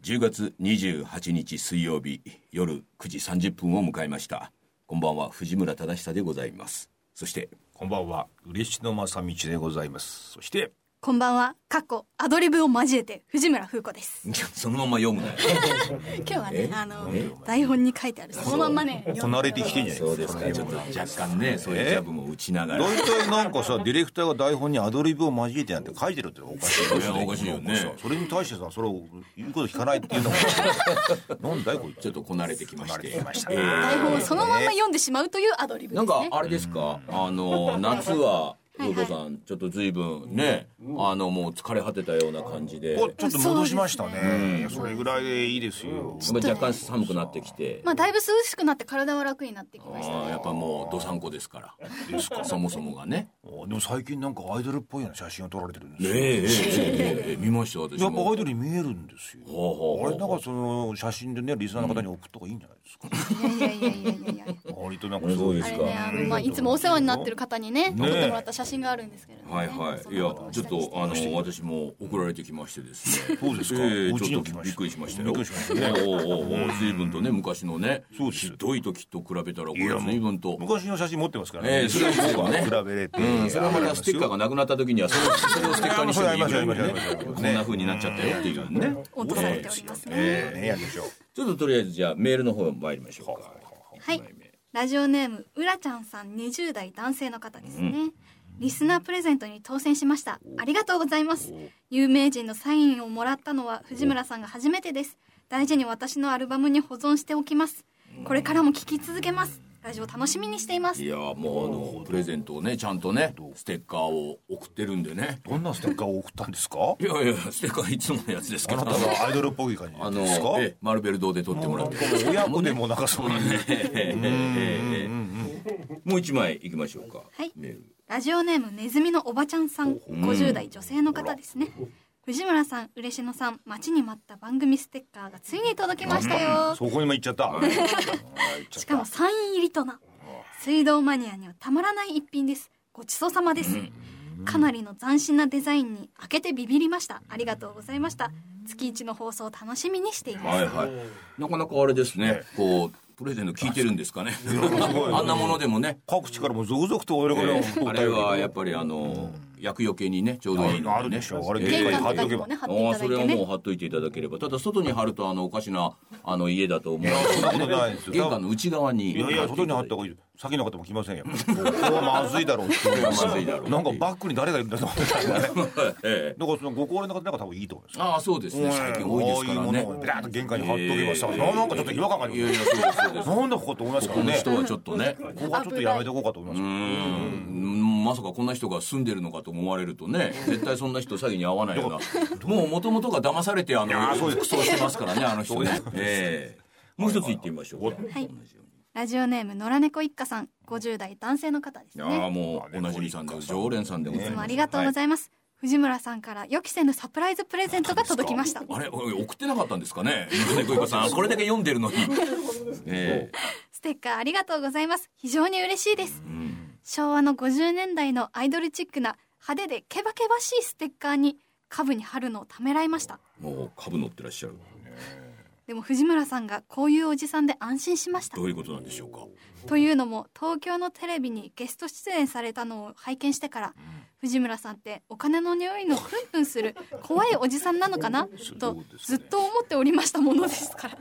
10月28日水曜日夜9時30分を迎えました。こんばんは、藤村忠久でございます。そしてこんばんは、嬉野正道でございます。そしてこんばんは、過去アドリブを交えて藤村風子です。 そのまま読むなよ今日はね、台本に書いてあるそのまんまねこなれてきてんじゃないですか。 そうですか、ちょっと若干ね、そういうジャブも打ちながら。 大体なんかさ、ディレクターが台本にアドリブを交えてなんて書いてるっておかしいよね。 おかしいよね。 それに対してさ、それを言うこと聞かないっていうのもなんだいこいつ。 ちょっとこなれてきまして、 台本をそのまま読んでしまうというアドリブですね。 なんかあれですか、夏は風子さん、ちょっと随分ね、もう疲れ果てたような感じで、 ちょっと戻しましたね。それぐらいでいいですよ。 若干寒くなってきて、 だいぶ涼しくなって体は楽になってきましたね。 やっぱもうどさんこですからですか、そもそもがね。 でも最近なんかアイドルっぽいような写真を撮られてるんですよ。 見ました、私も。 やっぱアイドルに見えるんですよ。あれなんかその写真でね、リスナーの方に送った方がいいんじゃないですか。 いや割となんかそうですか。 いつもお世話になってる方にね、撮ってもらった写真があるんですけれども、 はいはい。いや、ちょっと私も送られてきましてですね。 そうですか。 ちょっとびっくりしましたよ。随分とね、昔のね、ひどい時と比べたらこれ随分と昔の写真持ってますからね。 それはね、 比べれて、 それはまたステッカーがなくなった時にはそれをステッカーにしていいぐらいのね、こんな風になっちゃったよっていうね、 落とされておりますね。 やりましょう。 ちょっととりあえずじゃあメールの方参りましょうか。 はい、ラジオネームうらちゃんさん、20代男性の方ですね。リスナープレゼントに当選しました。ありがとうございます。有名人のサインをもらったのは藤村さんが初めてです。大事に私のアルバムに保存しておきます。これからも聴き続けます。ラジオ楽しみにしています。 いや、もうプレゼントをね、ちゃんとね、ステッカーを送ってるんでね。 どんなステッカーを送ったんですか？ いやステッカーいつものやつですけど、 あなたがアイドルっぽい感じですか？ マルベル堂で撮ってもらって、 親子でもなんかそうなんでもう一枚いきましょうか。 はい、ラジオネームネズミのおばちゃんさん、50代女性の方ですね。藤村さん、嬉野さん、待ちに待った番組ステッカーがついに届きましたよ。 そこにも行っちゃったしかもサイン入りとな。水道マニアにはたまらない一品です。ごちそうさまです。かなりの斬新なデザインに開けてビビりました。ありがとうございました。月1の放送を楽しみにしています。 なかなかあれですね、こうプレゼント聞いてるんですかね。あんなものでもね、 各地からも続々とお喜びを、 あれはやっぱり厄除けにね、ちょうどいいのあるでしょ。あれ玄関とかにもね、貼っていただいてね。 それはもう貼っといていただければ。ただ外に貼るとおかしな家だと思う。玄関の内側に。 いや外に貼った方がいい。先の方も来ませんよ。ここはまずいだろうって思います。なんかバッグに誰がいるんだと思ってたんだね。だからそのご高齢の方なんか多分いいと思います。 ああ、そうですね。最近多いですからね。 ビラッと玄関に貼っとけばさ、なんかちょっと違和感があります。 そうです。 なんだここと思いますからね。 この人はちょっとね、 ここはちょっとやめとこうかと思います。 まさかこんな人が住んでるのかと思われるとね、絶対そんな人詐欺に遭わないような。もう元々が騙されて服装してますからね、あの人ね。もう一つ言ってみましょう。 はい。ラジオネーム野良猫一家さん、50代男性の方ですね。 ああ、もうおなじみさんで、常連さんでございます。 いつもありがとうございます。藤村さんから予期せぬサプライズプレゼントが届きました。 あれ、送ってなかったんですかね、野良猫一家さん。これだけ読んでるのに。 ステッカーありがとうございます。非常に嬉しいです。昭和の50年代のアイドルチックな派手でケバケバしいステッカーに株に貼るのをためらいました。 もう株乗ってらっしゃる。 でも藤村さんがこういうおじさんで安心しました。 どういうことなんでしょうか。 というのも東京のテレビにゲスト出演されたのを拝見してから、藤村さんってお金の匂いのプンプンする怖いおじさんなのかなとずっと思っておりましたものですから。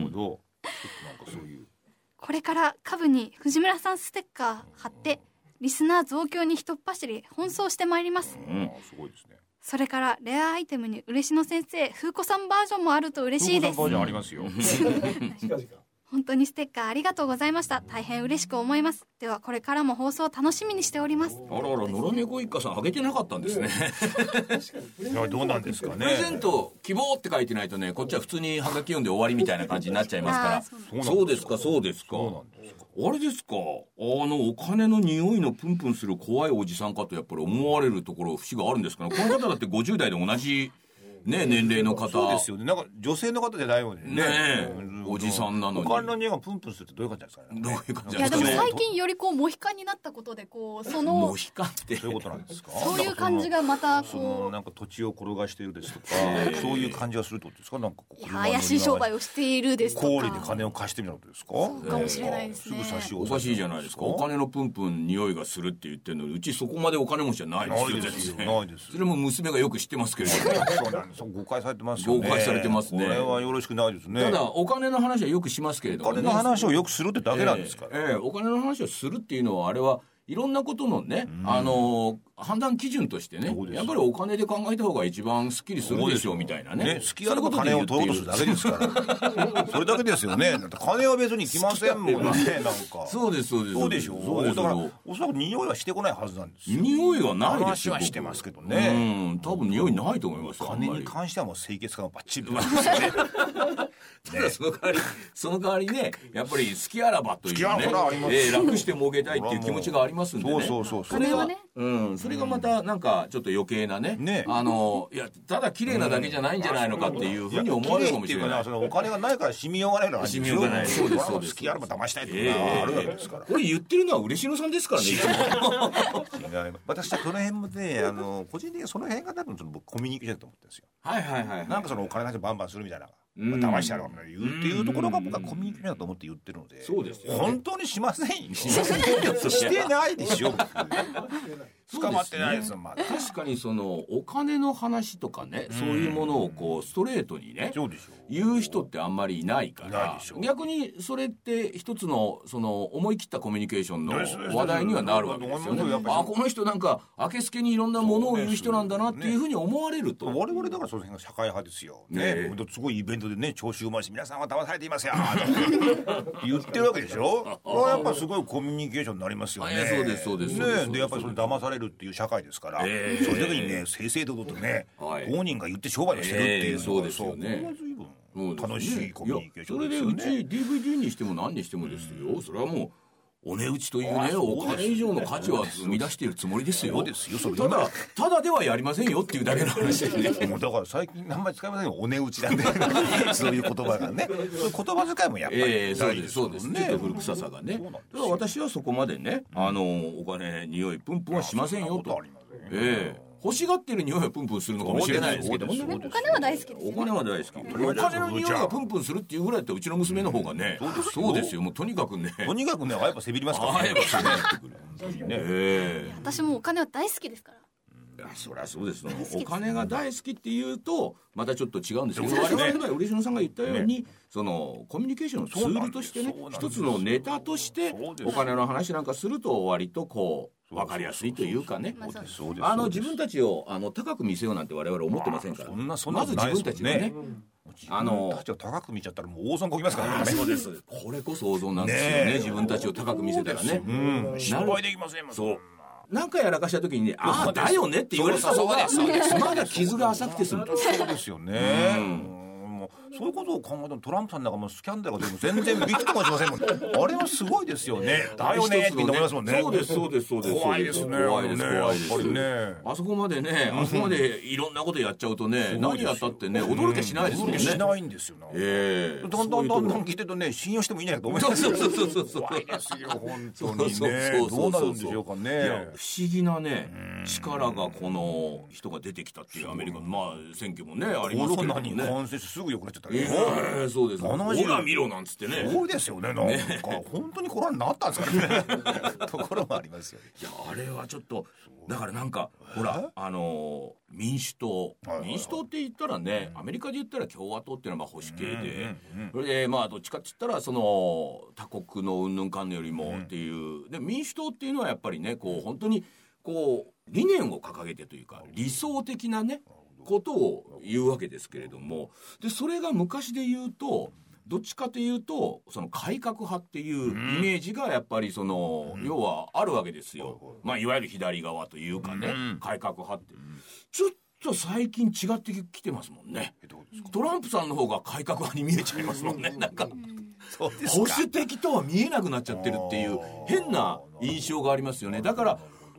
これから株に藤村さんステッカー貼ってリスナー増強に一っ走り奔走してまいります。 すごいですね。 それからレアアイテムに嬉野先生、風子さんバージョンもあると嬉しいです。 風子さんバージョンありますよ。 本当にステッカーありがとうございました。大変嬉しく思います。ではこれからも放送を楽しみにしております。 あらあら、野良猫一家さんあげてなかったんですね。 いや、どうなんですかね。 プレゼント希望って書いてないとね、こっちは普通にハガキ読んで終わりみたいな感じになっちゃいますから。そうですか、そうですか。あれですか、お金の匂いのプンプンする怖いおじさんかとやっぱり思われるところ節があるんですかね。この方だって50代で同じね、年齢の方。 そうですよね。なんか女性の方じゃないもんね。 ね、おじさんなのに。 お金の匂いがプンプンするってどういう感じですかね。 どういう感じいやでも最近よりこうモヒカンになったことでこうそのモヒカンってそういうことなんですか。 そういう感じがまたそこのなんか土地を転がしているですとか、そういう感じがするってことですか。なんかう怪しい商売をしているですとか。 氷で金を貸してみたことですか。 そうかもしれないですね。 すぐ差し押おかしいじゃないですか。お金のプンプン匂いがするって言ってるのに、うちそこまでお金持ちじゃないですよ。 ないですよ。ないです。 それも娘がよく知ってますけれども。 そうなんです。誤解されてますよね。 誤解されてますね。 これはよろしくないですね。 ただお金の話はよくしますけれども、ね、 お金の話をよくするってだけなんですから。 お金の話をするっていうのはあれはいろんなことのね、判断基準としてね、やっぱりお金で考えた方が一番スッキリするでしょうみたいなね。 好きあれば金を取ろうとするだけですからそれだけですよね。だって金は別に来ませんもんね。なんかそうですそうです。 そうでしょ。そうです。だからおそらく匂いはしてこないはずなんですよ。 匂いはないですよ。 話はしてますけどね。 多分匂いないと思います。 金に関してはもう清潔感がバッチリですよね。 ただその代わりね、やっぱり好きあらばというね、楽して儲けたいっていう気持ちがありますんでね。 そうそれはね、それがまたなんかちょっと余計なね、いやただ綺麗なだけじゃないんじゃないのかっていうふうに思われるかもしれない。 お金がないから染みようがないのは染みようがない。そうですそうです。 好きあれば騙したいとかあるわけですから。 これ言ってるのは嬉野さんですからね。いつも私はこの辺もね、個人的にその辺が多分コミュニケーションだと思ってるんですよ。 はいはいはい。 なんかそのお金の話バンバンするみたいな。騙してやろう言うっていうところが僕はコミュニケーションだと思って言ってるので。 そうですよね。 本当にしませんよ。してないでしょ。捕まってないですよ。 確かにそのお金の話とかね、そういうものをこうストレートにね言う人ってあんまりいないから、逆にそれって一つのその思い切ったコミュニケーションの話題にはなるわけですよね。あ、この人なんかあけすけにいろんなものを言う人なんだなっていうふうに思われると。 我々だからその辺が社会派ですよ。ね、すごいイベントでね、調子うまいし皆さんは騙されていますよ言ってるわけでしょ。これはやっぱすごいコミュニケーションになりますよね。 そうですそうです。 でやっぱりそれ騙されるっていう社会ですから、それだけにね、正々堂々とね、当人が言って商売をしてるっていうそうですよね。 楽しいコミュニケーションですよね。 それでうち DVD にしても何にしてもですよ、それはもうお値打ちというね、お金以上の価値は生み出しているつもりですよ。 そうですよ。それただではやりませんよっていうだけの話ですね。 もうだから最近あんまり使いませんよ、お値打ちなんでそういう言葉がね、そういう言葉遣いもやっぱり大事ですよね。 ちょっと古臭さがね。だから私はそこまでね、お金匂いプンプンはしませんよと。欲しがってる匂いはプンプンするのかもしれないですけどもね。 お金は大好きですよね。 お金は大好き。お金の匂いがプンプンするっていうぐらいだったらうちの娘の方がね、そうですよ。もうとにかくね、 やっぱせびりますからね。 私もお金は大好きですから。 そりゃそうです。お金が大好きっていうとまたちょっと違うんですけど、我々の場合嬉野さんが言ったように、そのコミュニケーションのツールとしてね、一つのネタとしてお金の話なんかすると割とこう分かりやすいというかね、自分たちを高く見せようなんて我々思ってませんから、まず自分たちがね、 自分たちを高く見ちゃったらもう大損こきますからね。 そうです。これこそ大損なんですよね。自分たちを高く見せたらね、 失敗できませんもん。そう。 何かやらかした時にね、ああだよねって言われた方がまだ傷が浅くて済む。 そうですよね。そういうことを考えてもトランプさんなんかもスキャンダルが全然びくともしませんもん。あれはすごいですよね。だよねってみんな思いますもんね。 そうですそうですそうです。 怖いですね。 怖いです怖いです。 あそこまでね、あそこまでいろんなことやっちゃうとね、何やったってね驚きしないですもんね。 しないんですよ。だんだん聞いてるとね、信用してもいいんじゃないかと思います。そう怖いですよ本当にね。どうなるんでしょうかね。 不思議なね力がこの人が出てきたっていうアメリカのまあ選挙もねありますけどね。 コロナに感染してすぐ良くなっちゃったけど。 そうです。ほら見ろなんつってね。 そうですよね。なんか本当にコロナになったんですかね。ところもありますよね。 いやあれはちょっとだからなんかほら民主党って言ったらね、アメリカで言ったら共和党っていうのはまあ保守系で、それでまあどっちかって言ったらその他国の云々かんのよりもっていうで、民主党っていうのはやっぱりねこう本当にこう理念を掲げてというか理想的なねことを言うわけですけれども、でそれが昔で言うとどっちかというとその改革派っていうイメージがやっぱりその要はあるわけですよ。まあいわゆる左側というかね、改革派ってちょっと最近違ってきてますもんね。トランプさんの方が改革派に見えちゃいますもんね。なんか保守的とは見えなくなっちゃってるっていう変な印象がありますよね。だから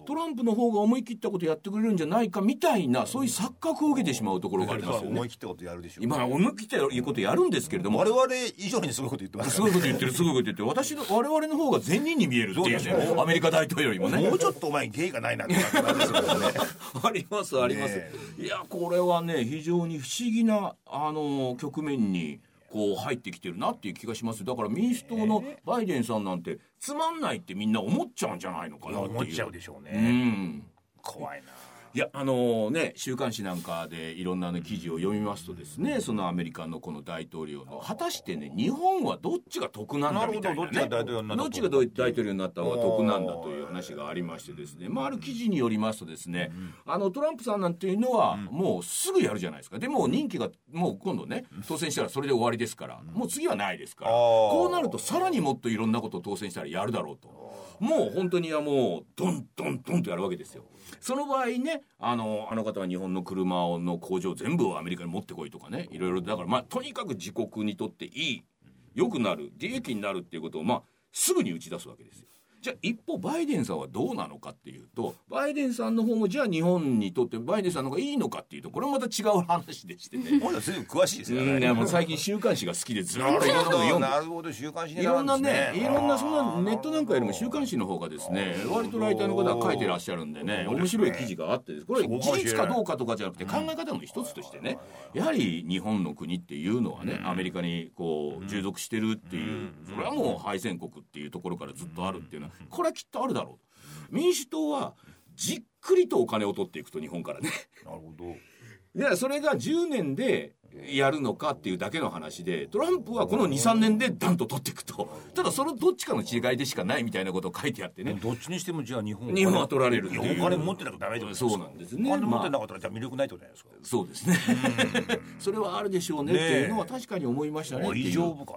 トランプの方が思い切ったことやってくれるんじゃないかみたいな、そういう錯覚を受けてしまうところがありますよね。 思い切ったことやるでしょう。 今思い切ったことやるんですけれども、 我々以上にすごいこと言ってますすごいこと言ってる、すごいこと言ってる。我々の方が善人に見えるっていうね、アメリカ大統領よりもね。 もうちょっとお前芸がないなって感じですよね。 ありますあります、いやこれはね非常に不思議な局面にこう入ってきてるなっていう気がします。だから民主党のバイデンさんなんてつまんないってみんな思っちゃうんじゃないのかなっていう。 思っちゃうでしょうね。怖いな。 いや週刊誌なんかでいろんな記事を読みますとですね、そのアメリカのこの大統領の果たしてね、日本はどっちが得なんだみたいなね、どっちが大統領になった方が得なんだという話がありましてですね、ある記事によりますとですね、トランプさんなんていうのはもうすぐやるじゃないですか。でも任期がもう今度ね当選したらそれで終わりですから、もう次はないですから、こうなるとさらにもっといろんなことを当選したらやるだろうと、もう本当にはもうドンドンドンとやるわけですよ。その場合ね、あの方は日本の車の工場全部をアメリカに持ってこいとかね、いろいろだからとにかく自国にとっていい、良くなる、利益になるっていうことをすぐに打ち出すわけですよ。じゃあ一方バイデンさんはどうなのかっていうと、バイデンさんの方もじゃあ日本にとってバイデンさんの方がいいのかっていうと、これはまた違う話でしてね。 まだ随分詳しいですよね。 もう最近週刊誌が好きでずっといろんなこと読んで、 なるほど、週刊誌にいろんなね、いろんなそんなネットなんかよりも週刊誌の方がですね、割とライターの方が書いてらっしゃるんでね、面白い記事があってです。これ事実かどうかとかじゃなくて、考え方の一つとしてね、やはり日本の国っていうのはね、アメリカにこう従属してるっていう、それはもう敗戦国っていうところからずっとあるっていうのは、これはきっとあるだろう。民主党はじっくりとお金を取っていくと、日本からね。 なるほど。 でそれが10年でやるのかっていうだけの話で、トランプはこの 2,3 年でダンと取っていくと。ただそのどっちかの違いでしかないみたいなことを書いてあってね。 どっちにしてもじゃあ日本は取られるっていう。 お金持ってなきゃダメです。 そうなんですね。 お金持ってなかったらじゃあ魅力ないってことじゃないですか。 そうですね。それはあるでしょうねっていうのは確かに思いましたね。 大丈夫か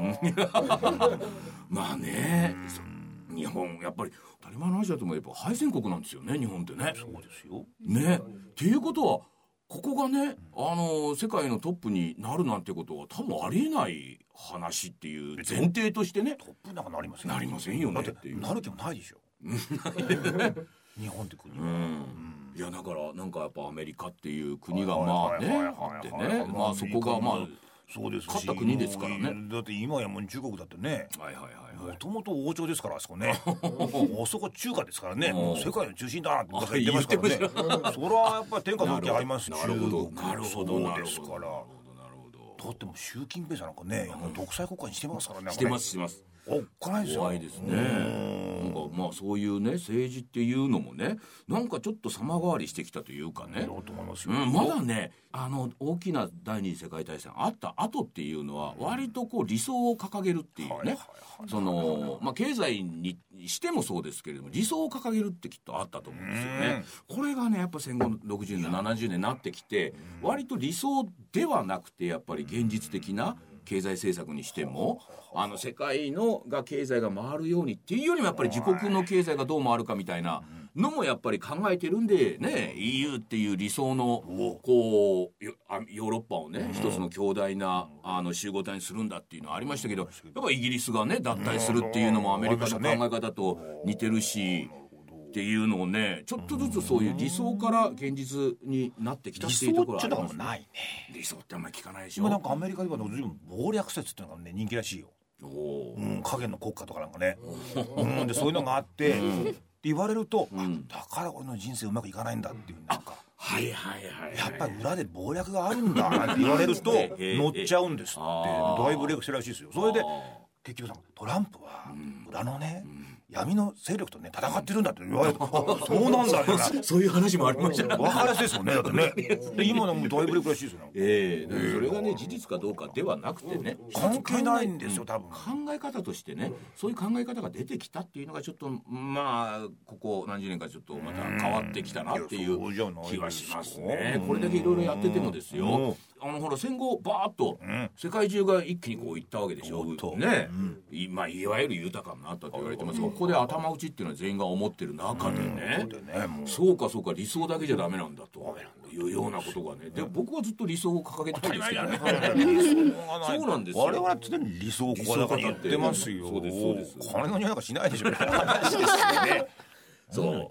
な。ね、日本やっぱり当たり前の話だと思う。やっぱ敗戦国なんですよね、日本ってね。 そうですよね。っていうことはここがね、世界のトップになるなんてことは多分ありえない話っていう前提としてね。 トップなんかなりません。 なりませんよねっていう。 なる気もないでしょ。日本って国。 いやだからなんかやっぱアメリカっていう国があってね、そこがそうですし、 勝った国ですからね。 だって今やもう中国だってね、もともと王朝ですから、あそこね。そこ中華ですからね、もう世界の中心だなって昔言ってますからね。それはやっぱり天下の時ありますし、 なるほどそうですから。だってもう習近平さんなんかね、独裁国家にしてますからね。 してますおっかないですよ。 怖いですね。なんかそういうね政治っていうのもね、なんかちょっと様変わりしてきたというかね。まだね大きな第二次世界大戦あった後っていうのは割とこう理想を掲げるっていうね、その経済にしてもそうですけれども理想を掲げるってきっとあったと思うんですよね。これがねやっぱ戦後の60年70年になってきて、割と理想ではなくてやっぱり現実的な経済政策にしても世界の経済が回るようにっていうよりもやっぱり自国の経済がどう回るかみたいなのもやっぱり考えてるんでね、 EU っていう理想のこうヨーロッパをね一つの強大な集合体にするんだっていうのはありましたけど、やっぱイギリスがね脱退するっていうのもアメリカの考え方と似てるしっていうのをね、ちょっとずつそういう理想から現実になってきたっていうところはありますね。 ないね。 理想ってあんまり聞かないでしょ。 今なんかアメリカでは謀略説っていうのがね人気らしいよ。影の国家とかなんかね。でそういうのがあってって言われると、だから俺の人生うまくいかないんだっていう、なんかやっぱり裏で謀略があるんだなんて言われると乗っちゃうんですってだいぶレイクしてるらしいですよ。それで結局トランプは裏のね闇の勢力とね戦ってるんだって言われるとそうなんだよなそういう話もありましたね。 分かりやすいですもんね。だってねで今の大ブレイクらしいですよ。 それがね事実かどうかではなくてね、 関係ないんですよ多分。 考え方としてねそういう考え方が出てきたっていうのがちょっとここ何十年かちょっとまた変わってきたなっていう気はしますね。これだけいろいろやっててもですよ、ほら戦後バーッと世界中が一気にこういったわけでしょね。いわゆる豊かになったと言われてますが、ここで頭打ちっていうのは全員が思ってる中でね、そうか理想だけじゃダメなんだというようなことがね。で僕はずっと理想を掲げたいですけどね。そうなんですよ。 我々は常に理想をここだけ言ってますよ。そうです金の匂いなんかしないでしょ。話ですよね。 そう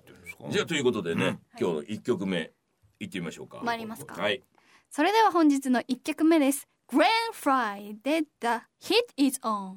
じゃあということでね、今日の1曲目いってみましょうか。 参りますか。 はい。 それでは本日の1曲目です。Grand Fry で The Hit Is On。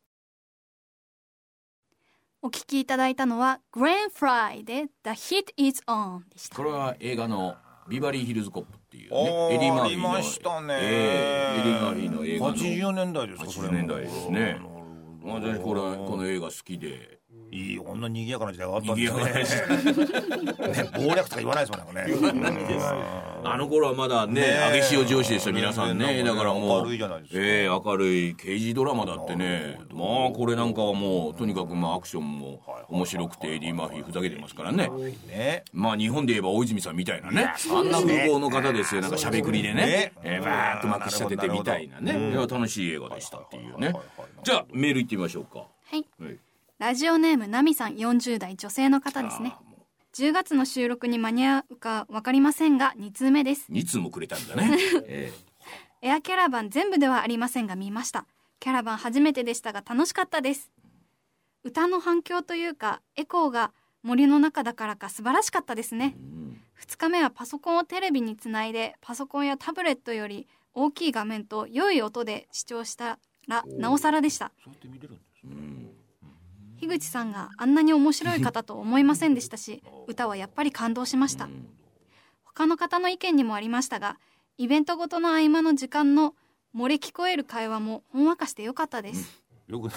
お聴きいただいたのは Grand Fry で The Hit Is On でした。 これは映画のビバリーヒルズコップっていうね、エディ・マーフィーの、 ありましたね、 エディ・マーフィーの映画の 80年代ですか。 80年代ですね。私この映画好きで、 いいこんな賑やかな時代があったんですね。暴略とか言わないですもんね。 言わないです。あの頃はまだね、上げ潮上司でした皆さんね。だからもう明るいじゃないですか。 明るい刑事ドラマだってね。まあこれなんかはもうとにかくまあアクションも面白くてエディ・マーフィーふざけてますからね。まあ日本で言えば大泉さんみたいなね、あんな風貌の方ですよ。なんかしゃべくりでね、バーッとまくしちゃっててみたいなね。いや楽しい映画でしたっていうね。じゃあメールいってみましょうか。 はい、ラジオネームナミさん、40代女性の方ですね。10月の収録に間に合うか分かりませんが2通目です。 2通もくれたんだね。 エアキャラバン全部ではありませんが見ました。キャラバン初めてでしたが楽しかったです。歌の反響というかエコーが森の中だからか素晴らしかったですね。2日目はパソコンをテレビにつないで、パソコンやタブレットより大きい画面と良い音で視聴したらなおさらでした。 そうやって見れるんですね。 樋口さんがあんなに面白い方と思いませんでしたし、歌はやっぱり感動しました。他の方の意見にもありましたが、イベントごとの合間の時間の漏れ聞こえる会話もほんわかしてよかったです。 よくない。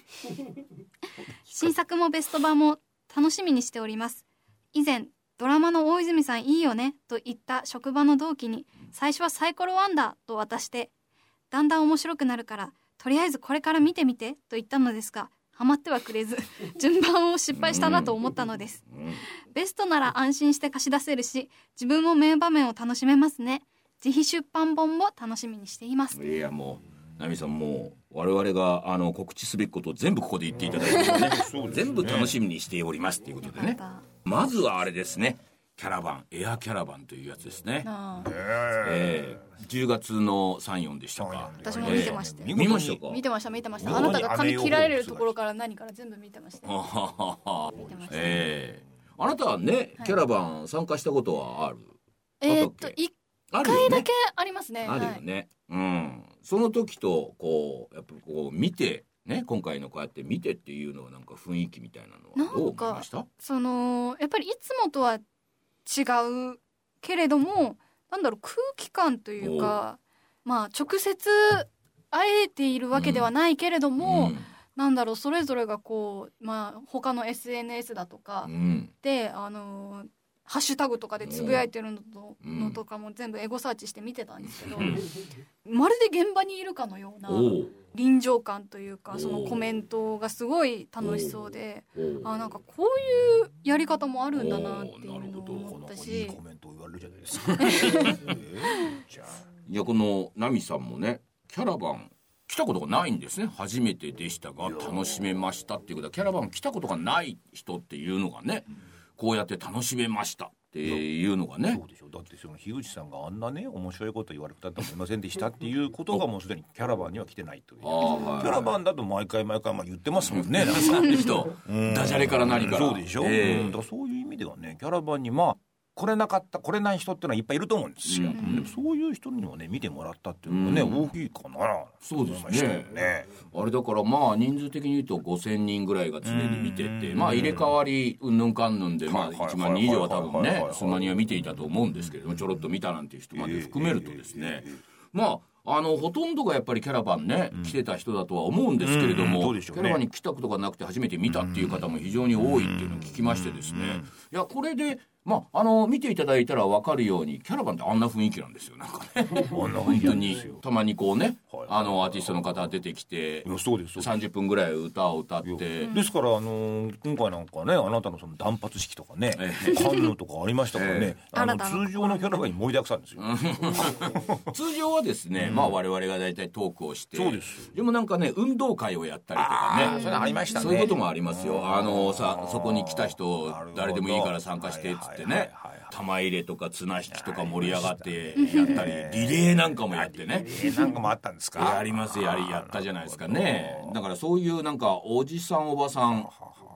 新作もベスト版も楽しみにしております。以前ドラマの大泉さんいいよねと言った職場の同期に、最初はサイコロワンダーと渡して、だんだん面白くなるからとりあえずこれから見てみてと言ったのですが、ハマってはくれず順番を失敗したなと思ったのです。ベストなら安心して貸し出せるし、自分も名場面を楽しめますね。自費出版本も楽しみにしています。 いやもうナミさん、もう我々が告知すべきことを全部ここで言っていただいてね全部楽しみにしておりますということでね。まずはあれですね、キャラバン、エアキャラバンというやつですね。10月の3、4でしたか。 私も見てました。 見ましたか？ 見てました。あなたが髪切られるところから何から全部見てました。あなたはね、キャラバン参加したことはある？ 1回だけありますね。 あるよね。その時とこうやっぱこう見てね、今回のこうやって見てっていうのはなんか雰囲気みたいなのはどう思いました？やっぱりいつもとは違うけれども、なんだろう、空気感というか、まあ直接会えているわけではないけれども、なんだろう、それぞれがこう、まあ他の SNS だとかで、ハッシュタグとかでつぶやいてるのとかも全部エゴサーチして見てたんですけど、まるで現場にいるかのような臨場感というか、そのコメントがすごい楽しそうで、なんかこういうやり方もあるんだなっていうのを思ったし、 いいコメントを言われるじゃないですか。 いや、このナミさんもね、キャラバン来たことがないんですね。初めてでしたが楽しめましたっていうことは、キャラバン来たことがない人っていうのがね、こうやって楽しめましたっていうのがね。 そうでしょ。だってその樋口さんがあんなね面白いこと言われたとは思いませんでしたっていうことがもうすでにキャラバンには来てないという。キャラバンだと毎回まあ言ってますもんね。 そうでしょ。ダジャレから何から。 そうでしょ。だからそういう意味ではね、キャラバンにまあ来れない人っていうのはいっぱいいると思うんですよ。でもそういう人にもね見てもらったっていうのはね、大きいかな。 そうですね。あれだからまあ人数的に言うと5000人ぐらいが常に見てて、まあ入れ替わりうんぬんかんぬんで、まあ1万人以上は多分ね数万人は見ていたと思うんですけれども、ちょろっと見たなんていう人まで含めるとですね、まあほとんどがやっぱりキャラバンね、来てた人だとは思うんですけれども、キャラバンに来たことがなくて初めて見たっていう方も非常に多いっていうのを聞きましてですね、いやこれでまあ見ていただいたら分かるように、キャラバンってあんな雰囲気なんですよ。なんかね本当にたまにこうね、アーティストの方出てきて30分ぐらい歌を歌って、 ですから今回なんかね、あなたのその断髪式とかね、カンヌとかありましたからね、通常のキャラバンに盛りだくさんですよ。 通常はですね、まあ我々がだいたいトークをして、でもなんかね運動会をやったりとかね、 それありましたね。 そういうこともありますよ。そこに来た人誰でもいいから参加してっつってね、玉入れとか綱引きとか盛り上がってやったり、リレーなんかもやってね。 リレーなんかもあったんですか？ やりますやったじゃないですかね。だからそういうなんかおじさんおばさん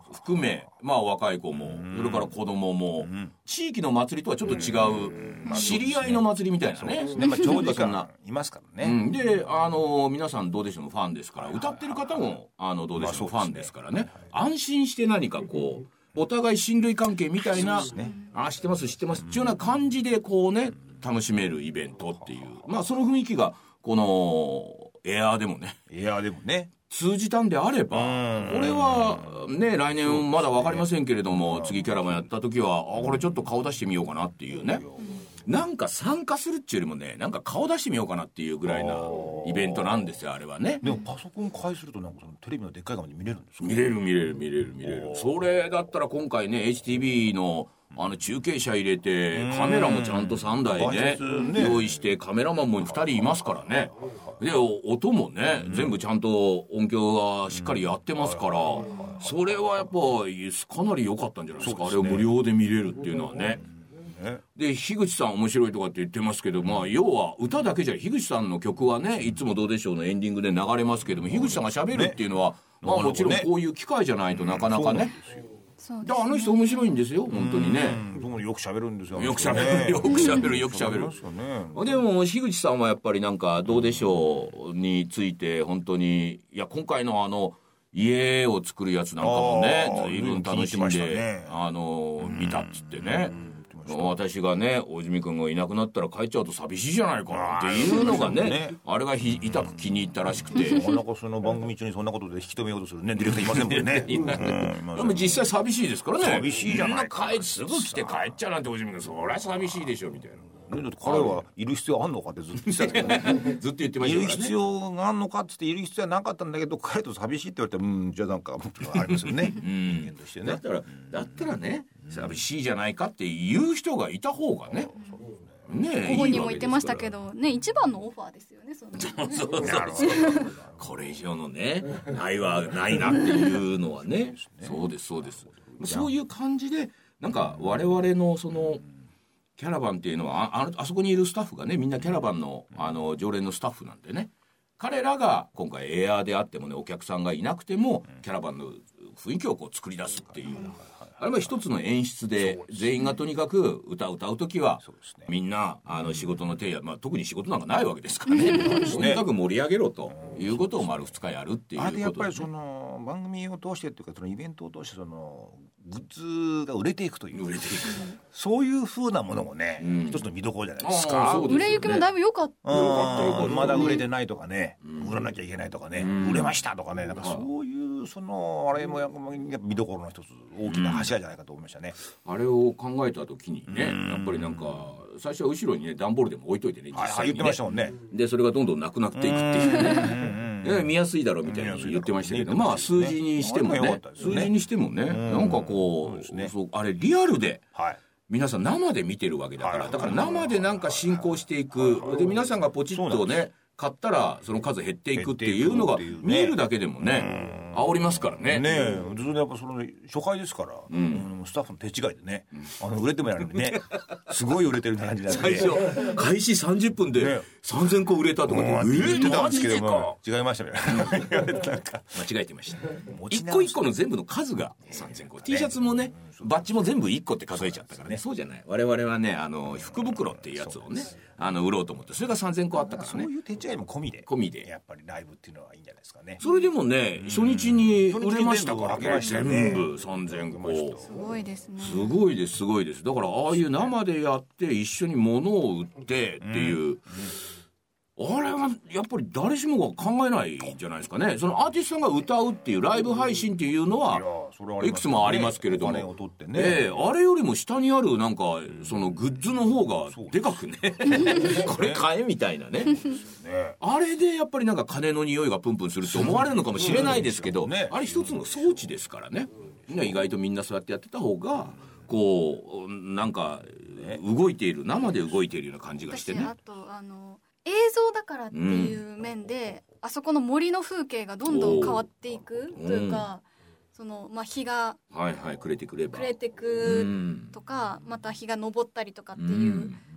含め、まあ若い子も、それから子供も、地域の祭りとはちょっと違う、知り合いの祭りみたいなね。 まあ長時間いますからね。 で、皆さんどうでしょうファンですから、歌ってる方もどうでしょうファンですからね。安心して何かこうお互い親類関係みたいな、知ってますっていうような感じでこうね楽しめるイベントっていう、まあその雰囲気がこのエアーでもね通じたんであれば、これはね来年まだ分かりませんけれども、次キャラバンやった時はこれちょっと顔出してみようかなっていうね、なんか参加するっていうよりもね、なんか顔出してみようかなっていうぐらいなイベントなんですよ、あれはね。 でもパソコン開するとなんかそのテレビのでっかい画面で見れるんですか？ 見れる。それだったら今回ね HTV の中継車入れて、カメラもちゃんと3台ね用意して、カメラマンも2人いますからね。で音もね、全部ちゃんと音響がしっかりやってますから、それはやっぱかなり良かったんじゃないですか。あれを無料で見れるっていうのはね。で樋口さん面白いとかって言ってますけど、まあ要は歌だけじゃ、樋口さんの曲はねいつもどうでしょうのエンディングで流れますけども、樋口さんが喋るっていうのは、まあもちろんこういう機会じゃないとなかなかね。だから人面白いんですよ本当にね。 よく喋るんですよ。 よく喋る。でも樋口さんはやっぱりなんかどうでしょうについて本当に、いや今回の家を作るやつなんかもね随分楽しんで見たっつってね。私がね大泉君がいなくなったら帰っちゃうと寂しいじゃないかなっていうのがね、あれが痛く気に入ったらしくて、 なかなかその番組中にそんなことで引き止めようとするねディレクターいませんもんね。 でも実際寂しいですからね。 寂しいじゃないか。すぐ来て帰っちゃうなんて大泉君、そりゃ寂しいでしょみたいな。 だって彼はいる必要あんのかってずっと言ってたけどねずっと言ってましたからね。 いる必要があんのかって言っている必要はなかったんだけど、彼と寂しいって言われてじゃあなんかありますよね人間としてね。 だったらね寂しいじゃないかっていう人がいた方がね。 ご本人も言ってましたけどね、一番のオファーですよね。そうこれ以上のねないなっていうのはね。そうです。そういう感じでなんか我々のそのキャラバンっていうのはあそこにいるスタッフがねみんなキャラバンの常連のスタッフなんでね、彼らが今回エアーであってもねお客さんがいなくてもキャラバンの雰囲気をこう作り出すっていう、あれは一つの演出で、全員がとにかく歌う時はみんな仕事の手や、特に仕事なんかないわけですからねとにかく盛り上げろということを丸2日やるっていうことで、 やっぱりその番組を通してっていうか、そのイベントを通してそのグッズが売れていくという、そういう風なものもね、一つの見どころじゃないですか。 売れ行きもだいぶ良かった。 まだ売れてないとかね、売らなきゃいけないとかね、売れましたとかね、なんかそういうそのあれもやっぱ見どころの一つ大きな柱じゃないかと思いましたね。 あれを考えた時にね、やっぱりなんか最初は後ろにね段ボールでも置いといてね、実際にね、 言ってましたもんね。 でそれがどんどんなくなっていくっていうね、見やすいだろうみたいに言ってましたけど、まあ数字にしてもね、なんかこうあれリアルで皆さん生で見てるわけだから、だから生でなんか進行していくで、皆さんがポチッとね買ったらその数減っていくっていうのが見えるだけでもね煽りますからね。 やっぱその初回ですから、スタッフの手違いでね、売れてもやるのにねすごい売れてる感じなんで、 最初開始30分で3000個売れたとかって言ってたんですけども、違いましたね間違えてました。一個一個の全部の数が3000個、T シャツもねバッジも全部1個って数えちゃったからね。そうじゃない、我々はね福袋っていうやつをね売ろうと思って、それが3000個あったからね。 そういう手違いも込みでやっぱりライブっていうのはいいんじゃないですかね。 それでもね初日に売れましたからね、全部3000個。 すごいですね。 すごいです。だからああいう生でやって一緒に物を売ってっていう、あれはやっぱり誰しもが考えないんじゃないですかね。そのアーティストさんが歌うっていうライブ配信っていうのはいくつもありますけれども、あれよりも下にあるなんかそのグッズの方がでかくねこれ買えみたいなねあれでやっぱりなんか金の匂いがプンプンするって思われるのかもしれないですけど、あれ一つの装置ですからね。意外とみんなそうやってやってた方がこうなんか動いている、生で動いているような感じがしてね。 あと映像だからっていう面で、あそこの森の風景がどんどん変わっていくというか、その日が暮れてくれば暮れてくとか、また日が昇ったりとかっていう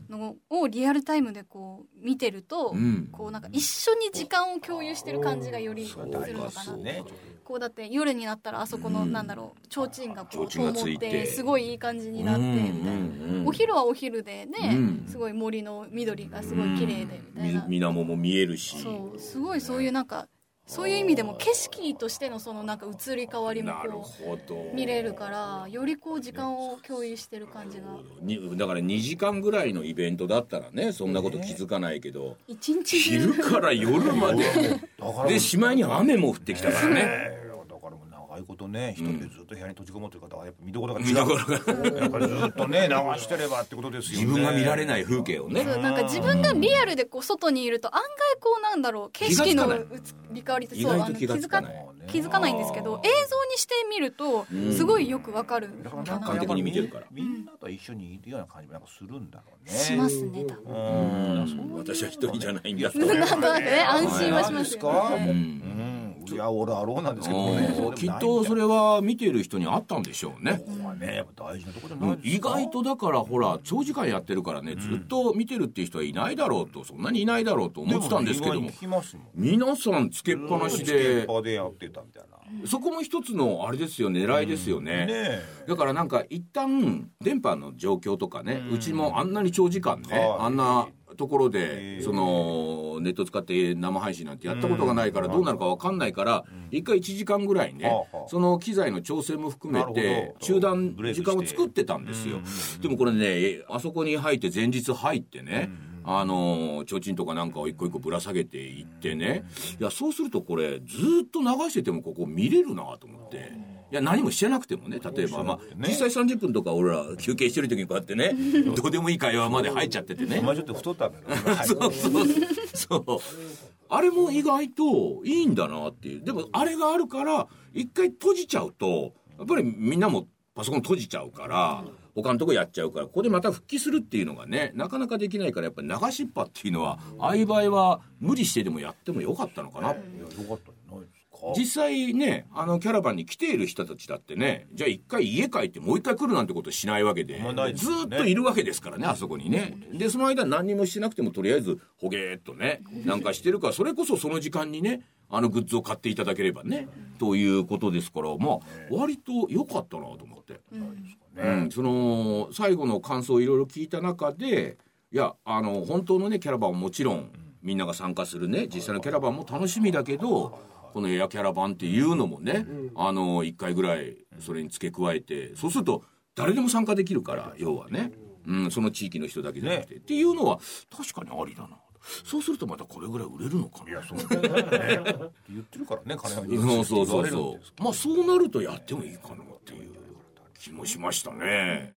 のをリアルタイムでこう見てると、こうなんか一緒に時間を共有してる感じがよりするのかな、こうだって夜になったらあそこのなんだろう提灯がこう灯ってすごいいい感じになってみたいな、お昼はお昼でね、すごい森の緑がすごい綺麗でみたいな、 水面も見えるし、 そうすごいそういうなんかそういう意味でも景色としてのそのなんか移り変わりもこう見れるから、よりこう時間を共有してる感じが。 だから2時間ぐらいのイベントだったらねそんなこと気づかないけど、 一日昼から夜まででしまいに雨も降ってきたからね。 長いことね一人でずっと部屋に閉じこもってる方はやっぱ見どころが違う、やっぱりずっとね流してればってことですよね。 自分が見られない風景をね、 なんか自分がリアルでこう外にいると案外こうなんだろう景色の移り変わりってそう気づかないんですけど、映像にしてみるとすごいよくわかる、 客観的に見てるからみんなと一緒にいるような感じもなんかするんだろうね。 しますね多分。 私は一人じゃないんだとなんとなくね安心はしますよね。いや俺あろうなんですけどね、 きっとそれは見ている人にあったんでしょうね。 ここはねやっぱ大事なところじゃないですか。 意外とだからほら長時間やってるからね、ずっと見てるっていう人はいないだろうと、そんなにいないだろうと思ってたんですけども、皆さんつけっぱなしでやってたみたいな、 そこも一つのあれですよ、狙いですよね。だからなんか一旦電波の状況とかね、うちもあんなに長時間ね、あんなところでそのネット使って生配信なんてやったことがないからどうなるか分かんないから、一回1時間ぐらいねその機材の調整も含めて中断時間を作ってたんですよ。でもこれねあそこに入って前日入ってね、提灯とかなんかを一個一個ぶら下げていってね、いやそうするとこれずっと流しててもここ見れるなと思って、いや何もしてなくてもね、例えば実際30分とか俺ら休憩してる時にこうやってねどうでもいい会話まで入っちゃっててね、 お前ちょっと太ったんだよそうあれも意外といいんだなっていう。でもあれがあるから一回閉じちゃうとやっぱりみんなもパソコン閉じちゃうから他のとこやっちゃうから、ここでまた復帰するっていうのがねなかなかできないから、やっぱり流しっぱっていうのはああいう場合は無理してでもやってもよかったのかな。 よかったんじゃないですか。 実際ねキャラバンに来ている人たちだってね、じゃあ一回家帰ってもう一回来るなんてことしないわけで、ずっといるわけですからねあそこにね。でその間何にもしてなくてもとりあえずほげーっとねなんかしてるから、それこそその時間にねグッズを買っていただければねということですから、割と良かったなと思って、その最後の感想をいろいろ聞いた中で、いや本当のねキャラバンはもちろんみんなが参加するね実際のキャラバンも楽しみだけど、このエアキャラバンっていうのもね1回ぐらいそれに付け加えて、そうすると誰でも参加できるから、要はね、その地域の人だけじゃなくて、っていうのは確かにありだな。そうするとまたこれぐらい売れるのかな。 いやそうだね言ってるからね金はそうそうなるとやってもいいかなっていう気もしましたね。